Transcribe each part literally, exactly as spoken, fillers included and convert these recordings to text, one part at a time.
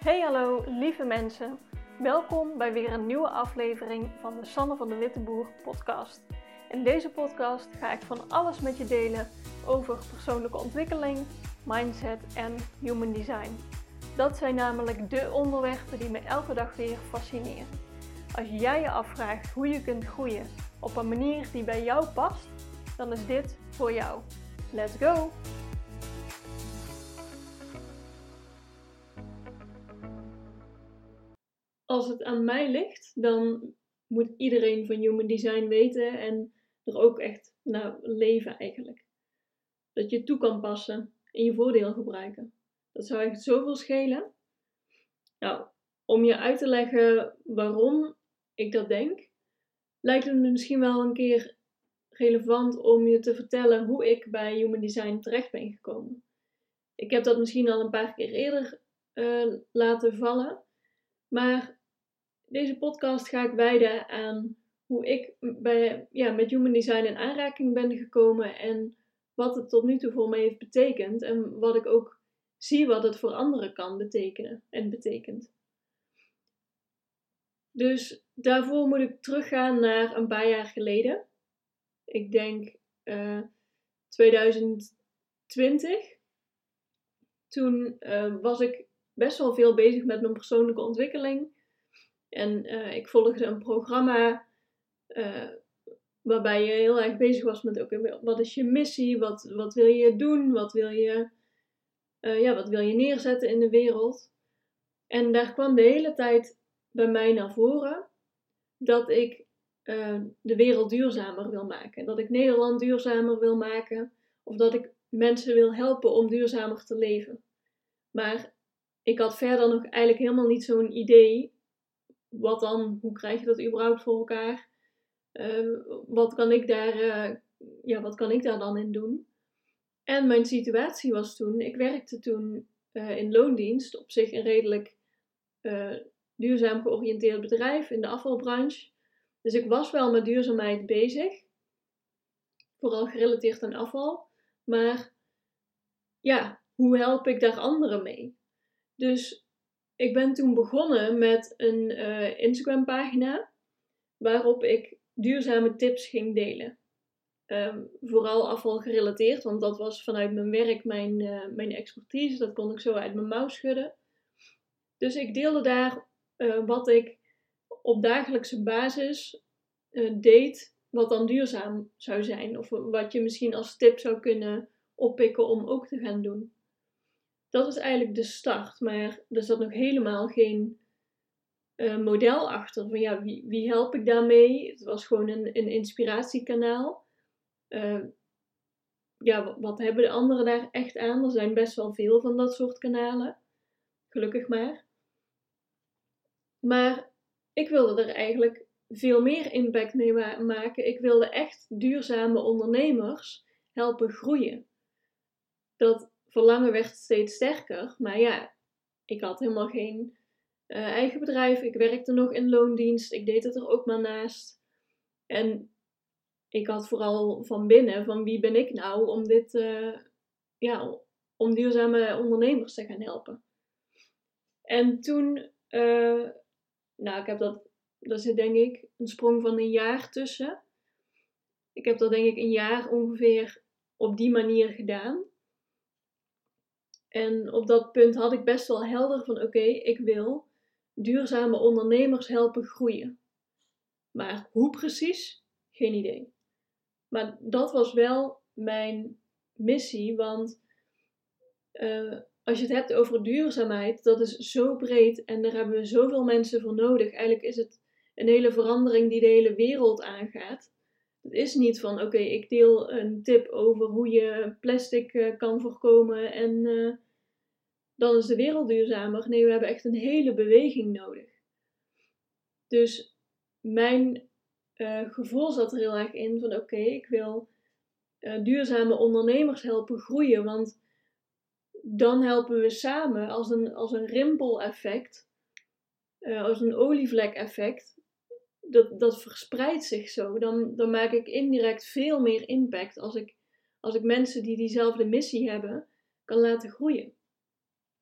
Hey hallo lieve mensen, welkom bij weer een nieuwe aflevering van de Sanne van de Witteboer podcast. In deze podcast ga ik van alles met je delen over persoonlijke ontwikkeling, mindset en human design. Dat zijn namelijk de onderwerpen die me elke dag weer fascineren. Als jij je afvraagt hoe je kunt groeien op een manier die bij jou past, dan is dit voor jou. Let's go! Als het aan mij ligt, dan moet iedereen van human design weten en er ook echt naar leven eigenlijk. Dat je het toe kan passen en je voordeel gebruiken. Dat zou echt zoveel schelen. Nou, om je uit te leggen waarom ik dat denk, lijkt het me misschien wel een keer relevant om je te vertellen hoe ik bij human design terecht ben gekomen. Ik heb dat misschien al een paar keer eerder uh, laten vallen, maar deze podcast ga ik wijden aan hoe ik bij, ja, met human design in aanraking ben gekomen en wat het tot nu toe voor me heeft betekend en wat ik ook zie wat het voor anderen kan betekenen en betekent. Dus daarvoor moet ik teruggaan naar een paar jaar geleden. Ik denk uh, twintig twintig. Toen uh, was ik best wel veel bezig met mijn persoonlijke ontwikkeling. En uh, ik volgde een programma uh, waarbij je heel erg bezig was met okay, wat is je missie, wat, wat wil je doen, wat wil je, uh, ja, wat wil je neerzetten in de wereld. En daar kwam de hele tijd bij mij naar voren dat ik uh, de wereld duurzamer wil maken. Dat ik Nederland duurzamer wil maken of dat ik mensen wil helpen om duurzamer te leven. Maar ik had verder nog eigenlijk helemaal niet zo'n idee. Wat dan? Hoe krijg je dat überhaupt voor elkaar? Uh, wat kan ik daar, uh, ja, wat kan ik daar dan in doen? En mijn situatie was toen, ik werkte toen uh, in loondienst, op zich een redelijk uh, duurzaam georiënteerd bedrijf in de afvalbranche. Dus ik was wel met duurzaamheid bezig, vooral gerelateerd aan afval. Maar ja, hoe help ik daar anderen mee? Dus ik ben toen begonnen met een uh, Instagram pagina waarop ik duurzame tips ging delen. Um, vooral afval gerelateerd, want dat was vanuit mijn werk mijn, uh, mijn expertise. Dat kon ik zo uit mijn mouw schudden. Dus ik deelde daar uh, wat ik op dagelijkse basis uh, deed, wat dan duurzaam zou zijn. Of wat je misschien als tip zou kunnen oppikken om ook te gaan doen. Dat is eigenlijk de start, maar er zat nog helemaal geen uh, model achter. Van ja, wie, wie help ik daarmee? Het was gewoon een, een inspiratiekanaal. Uh, ja, wat, wat hebben de anderen daar echt aan? Er zijn best wel veel van dat soort kanalen. Gelukkig maar. Maar ik wilde er eigenlijk veel meer impact mee ma- maken. Ik wilde echt duurzame ondernemers helpen groeien. Dat verlangen werd steeds sterker. Maar ja, ik had helemaal geen uh, eigen bedrijf. Ik werkte nog in loondienst. Ik deed het er ook maar naast. En ik had vooral van binnen, van wie ben ik nou om dit, uh, ja, om duurzame ondernemers te gaan helpen. En toen, uh, nou ik heb dat, daar zit denk ik een sprong van een jaar tussen. Ik heb dat denk ik een jaar ongeveer op die manier gedaan. En op dat punt had ik best wel helder van oké, okay, ik wil duurzame ondernemers helpen groeien. Maar hoe precies? Geen idee. Maar dat was wel mijn missie, want uh, als je het hebt over duurzaamheid, dat is zo breed en daar hebben we zoveel mensen voor nodig. Eigenlijk is het een hele verandering die de hele wereld aangaat. Het is niet van oké, okay, ik deel een tip over hoe je plastic uh, kan voorkomen en uh, dan is de wereld duurzamer. Nee, we hebben echt een hele beweging nodig. Dus mijn Uh, gevoel zat er heel erg in van oké, okay, ik wil uh, duurzame ondernemers helpen groeien, want dan helpen we samen als een, als een rimpel-effect, uh, als een olievlek-effect, dat, dat verspreidt zich zo. Dan, dan maak ik indirect veel meer impact als ik, als ik mensen die diezelfde missie hebben, kan laten groeien.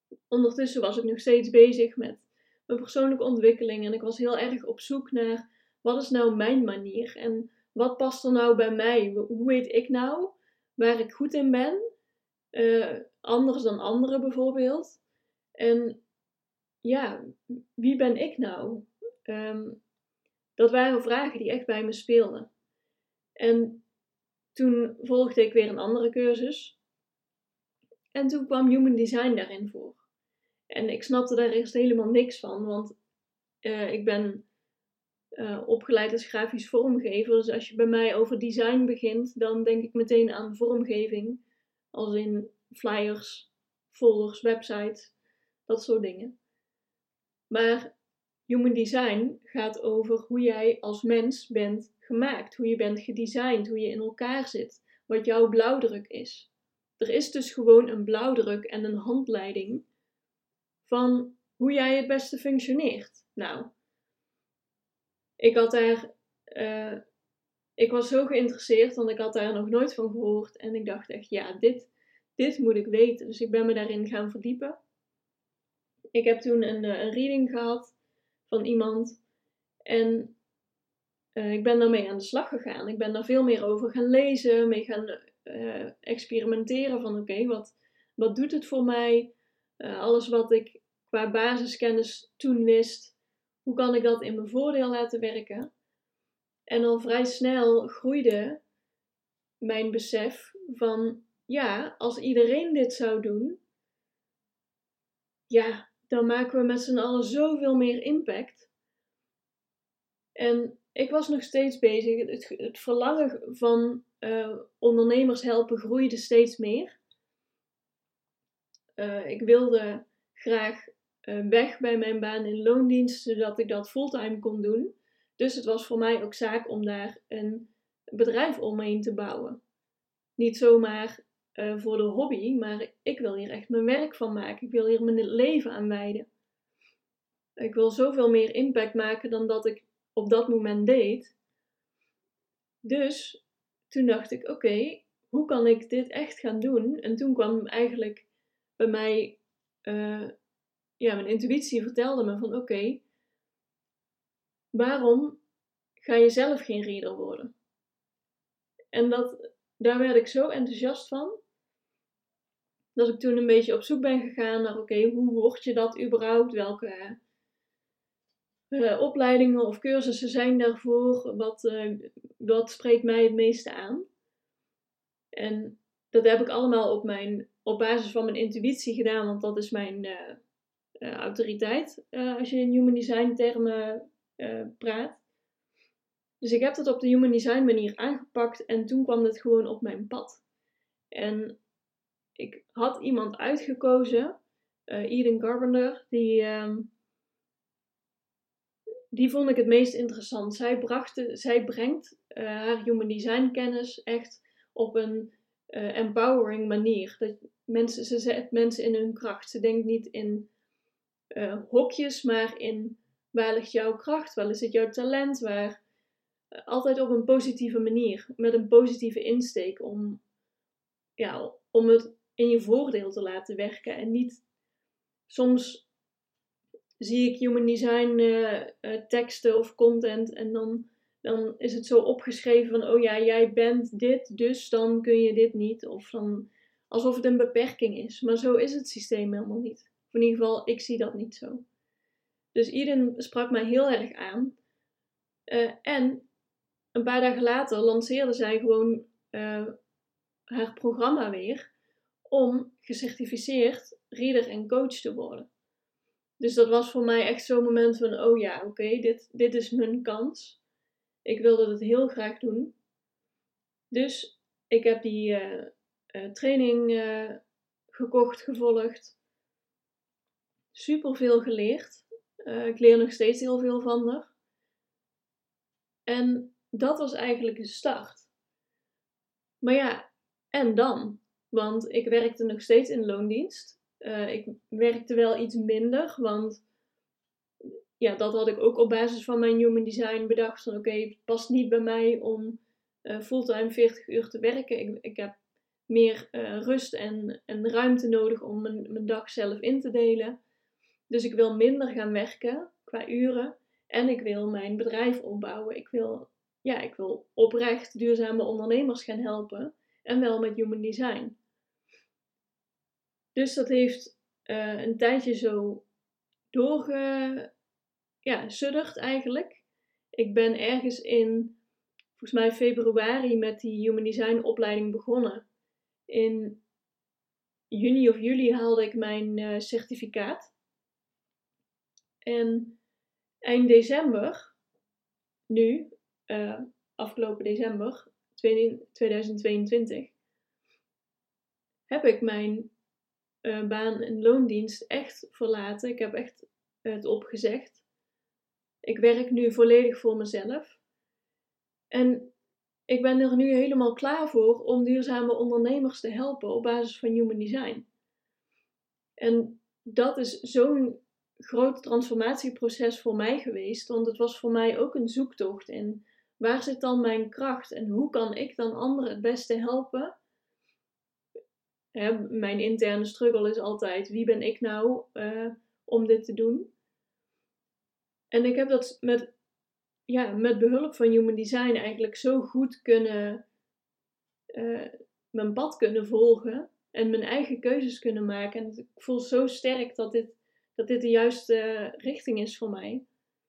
ondertussen was ik nog steeds bezig met mijn persoonlijke ontwikkeling. En ik was heel erg op zoek naar, wat is nou mijn manier? En wat past er nou bij mij? Hoe weet ik nou waar ik goed in ben? Uh, anders dan anderen bijvoorbeeld. En ja, wie ben ik nou? Um, dat waren vragen die echt bij me speelden. En toen volgde ik weer een andere cursus. En toen kwam Human Design daarin voor. En ik snapte daar eerst helemaal niks van, want uh, ik ben uh, opgeleid als grafisch vormgever. Dus als je bij mij over design begint, dan denk ik meteen aan vormgeving. Als in flyers, folders, websites, dat soort dingen. Maar Human Design gaat over hoe jij als mens bent gemaakt. Hoe je bent gedesigned, hoe je in elkaar zit. Wat jouw blauwdruk is. Er is dus gewoon een blauwdruk en een handleiding van hoe jij het beste functioneert. Nou, ik had daar... Uh, ik was zo geïnteresseerd, want ik had daar nog nooit van gehoord. En ik dacht echt, ja, dit, dit moet ik weten. Dus ik ben me daarin gaan verdiepen. Ik heb toen een, een reading gehad van iemand. En uh, ik ben daarmee aan de slag gegaan. Ik ben daar veel meer over gaan lezen, mee gaan uh, experimenteren van oké, okay, wat, wat doet het voor mij? Uh, alles wat ik qua basiskennis toen wist, hoe kan ik dat in mijn voordeel laten werken? En al vrij snel groeide mijn besef van, ja, als iedereen dit zou doen, ja, dan maken we met z'n allen zoveel meer impact. En ik was nog steeds bezig. Het, het verlangen van uh, ondernemers helpen groeide steeds meer. Uh, ik wilde graag uh, weg bij mijn baan in loondienst, zodat ik dat fulltime kon doen. Dus het was voor mij ook zaak om daar een bedrijf omheen te bouwen. Niet zomaar uh, voor de hobby, maar ik wil hier echt mijn werk van maken. Ik wil hier mijn leven aan wijden. Ik wil zoveel meer impact maken dan dat ik op dat moment deed. Dus toen dacht ik, oké, okay, hoe kan ik dit echt gaan doen? En toen kwam eigenlijk bij mij, uh, ja, mijn intuïtie vertelde me van oké, okay, waarom ga je zelf geen reader worden? En dat, daar werd ik zo enthousiast van, dat ik toen een beetje op zoek ben gegaan naar oké, okay, hoe word je dat überhaupt? Welke uh, opleidingen of cursussen zijn daarvoor? Wat, uh, wat spreekt mij het meeste aan? En dat heb ik allemaal op, mijn, op basis van mijn intuïtie gedaan, want dat is mijn uh, uh, autoriteit uh, als je in human design termen uh, praat. Dus ik heb dat op de human design manier aangepakt en toen kwam het gewoon op mijn pad. En ik had iemand uitgekozen, uh, Eden Carpenter, die, uh, die vond ik het meest interessant. Zij, bracht, zij brengt uh, haar human design kennis echt op een uh, empowering manier. Dat mensen, ze zet mensen in hun kracht. Ze denkt niet in uh, hokjes, maar in waar ligt jouw kracht, waar ligt jouw talent, waar uh, altijd op een positieve manier, met een positieve insteek om, ja, om het in je voordeel te laten werken en niet soms zie ik human design uh, uh, teksten of content en dan, dan is het zo opgeschreven van oh ja, jij bent dit, dus dan kun je dit niet. Of dan alsof het een beperking is. Maar zo is het systeem helemaal niet. Of in ieder geval, ik zie dat niet zo. Dus Eden sprak mij heel erg aan. Uh, en een paar dagen later lanceerde zij gewoon uh, haar programma weer om gecertificeerd reader en coach te worden. Dus dat was voor mij echt zo'n moment van, oh ja, oké, okay, dit, dit is mijn kans. Ik wilde het heel graag doen. Dus ik heb die uh, uh, training uh, gekocht, gevolgd. Super veel geleerd. Uh, ik leer nog steeds heel veel van haar. En dat was eigenlijk de start. Maar ja, en dan? Want ik werkte nog steeds in loondienst. Uh, ik werkte wel iets minder, want ja, dat had ik ook op basis van mijn human design bedacht. Van oké, okay, het past niet bij mij om uh, fulltime veertig uur te werken. Ik, ik heb meer uh, rust en, en ruimte nodig om mijn, mijn dag zelf in te delen. Dus ik wil minder gaan werken qua uren. En ik wil mijn bedrijf opbouwen. Ik wil, ja, ik wil oprecht duurzame ondernemers gaan helpen. En wel met human design. Dus dat heeft uh, een tijdje zo doorge... Ja, sudderd eigenlijk. Ik ben ergens in, volgens mij februari, met die human design opleiding begonnen. In juni of juli haalde ik mijn uh, certificaat. En eind december, nu, uh, afgelopen december tweeduizend tweeëntwintig, heb ik mijn uh, baan in loondienst echt verlaten. Ik heb echt het opgezegd. Ik werk nu volledig voor mezelf. En ik ben er nu helemaal klaar voor om duurzame ondernemers te helpen op basis van human design. En dat is zo'n groot transformatieproces voor mij geweest, want het was voor mij ook een zoektocht in waar zit dan mijn kracht en hoe kan ik dan anderen het beste helpen. Hè, mijn interne struggle is altijd, wie ben ik nou uh, om dit te doen? En ik heb dat met, ja, met behulp van human design eigenlijk zo goed kunnen, uh, mijn pad kunnen volgen en mijn eigen keuzes kunnen maken. En ik voel zo sterk dat dit dat dit de juiste richting is voor mij.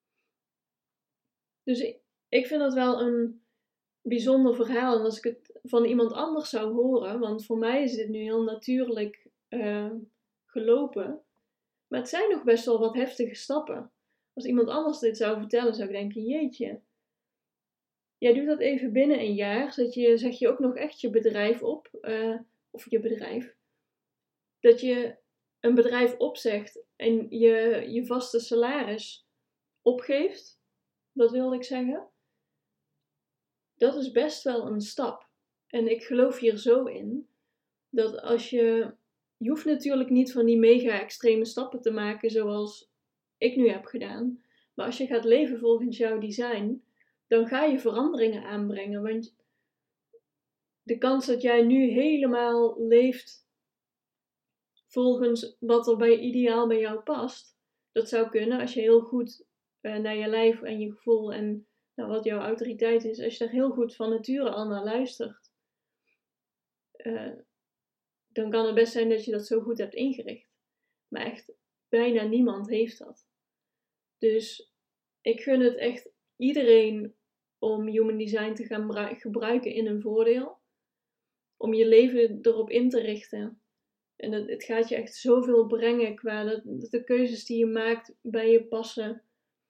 Dus ik, ik vind dat wel een bijzonder verhaal. En als ik het van iemand anders zou horen, want voor mij is dit nu heel natuurlijk uh, gelopen. Maar het zijn nog best wel wat heftige stappen. Als iemand anders dit zou vertellen, zou ik denken, jeetje. Jij doet dat even binnen een jaar. Zet je, zeg je ook nog echt je bedrijf op. Uh, of je bedrijf. Dat je een bedrijf opzegt en je, je vaste salaris opgeeft, dat wilde ik zeggen, dat is best wel een stap. En ik geloof hier zo in, dat als je, je hoeft natuurlijk niet van die mega extreme stappen te maken zoals ik nu heb gedaan, maar als je gaat leven volgens jouw design, dan ga je veranderingen aanbrengen, want de kans dat jij nu helemaal leeft volgens wat er bij ideaal bij jou past, dat zou kunnen als je heel goed uh, naar je lijf en je gevoel en nou, wat jouw autoriteit is, als je daar heel goed van nature al naar luistert, uh, dan kan het best zijn dat je dat zo goed hebt ingericht. Maar echt, bijna niemand heeft dat. Dus ik gun het echt iedereen om human design te gaan gebruiken in een voordeel. Om je leven erop in te richten. En het, het gaat je echt zoveel brengen qua dat, dat de keuzes die je maakt bij je passen.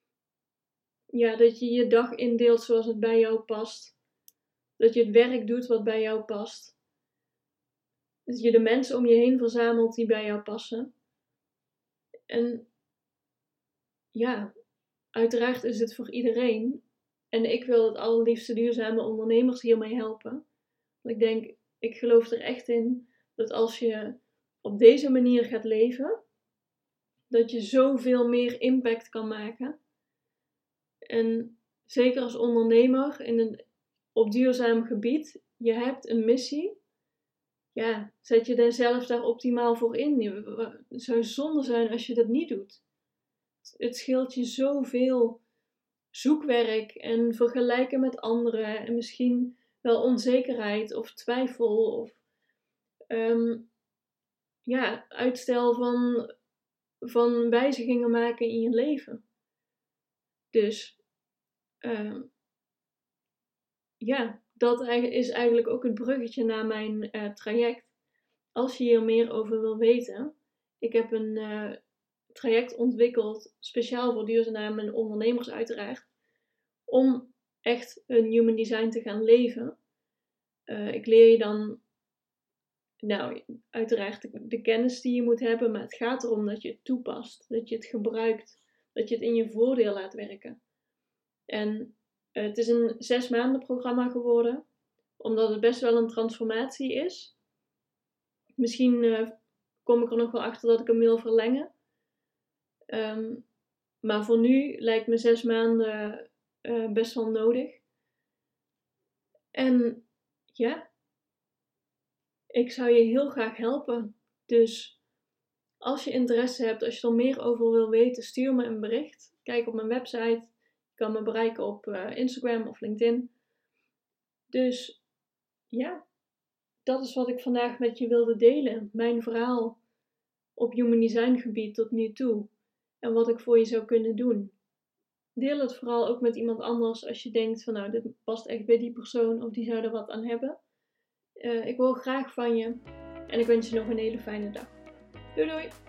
Ja, dat je je dag indeelt zoals het bij jou past. Dat je het werk doet wat bij jou past. Dat je de mensen om je heen verzamelt die bij jou passen. En ja, uiteraard is het voor iedereen. En ik wil het allerliefste duurzame ondernemers hiermee helpen. Want ik denk, ik geloof er echt in dat als je op deze manier gaat leven, dat je zoveel meer impact kan maken. En zeker als ondernemer in een, op duurzaam gebied, je hebt een missie. Ja, zet je daar zelf daar optimaal voor in. Het zou zonde zijn als je dat niet doet. Het scheelt je zoveel zoekwerk en vergelijken met anderen en misschien wel onzekerheid of twijfel of um, ja, uitstel van, van wijzigingen maken in je leven. Dus um, ja, dat is eigenlijk ook het bruggetje naar mijn uh, traject. Als je hier meer over wil weten, ik heb een uh, traject ontwikkeld, speciaal voor duurzame ondernemers uiteraard, om echt een human design te gaan leven. Uh, ik leer je dan, nou, uiteraard de, de kennis die je moet hebben, maar het gaat erom dat je het toepast, dat je het gebruikt, dat je het in je voordeel laat werken. En uh, het is een zes maanden programma geworden, omdat het best wel een transformatie is. Misschien uh, kom ik er nog wel achter dat ik hem wil verlengen. Um, maar voor nu lijkt me zes maanden uh, best wel nodig. En ja, ik zou je heel graag helpen. Dus als je interesse hebt, als je er meer over wil weten, stuur me een bericht. Kijk op mijn website. Je kan me bereiken op uh, Instagram of LinkedIn. Dus ja, dat is wat ik vandaag met je wilde delen. Mijn verhaal op human design gebied tot nu toe. En wat ik voor je zou kunnen doen. Deel het vooral ook met iemand anders als je denkt van nou, dit past echt bij die persoon of die zou er wat aan hebben. Uh, ik wil graag van je en ik wens je nog een hele fijne dag. Doei doei!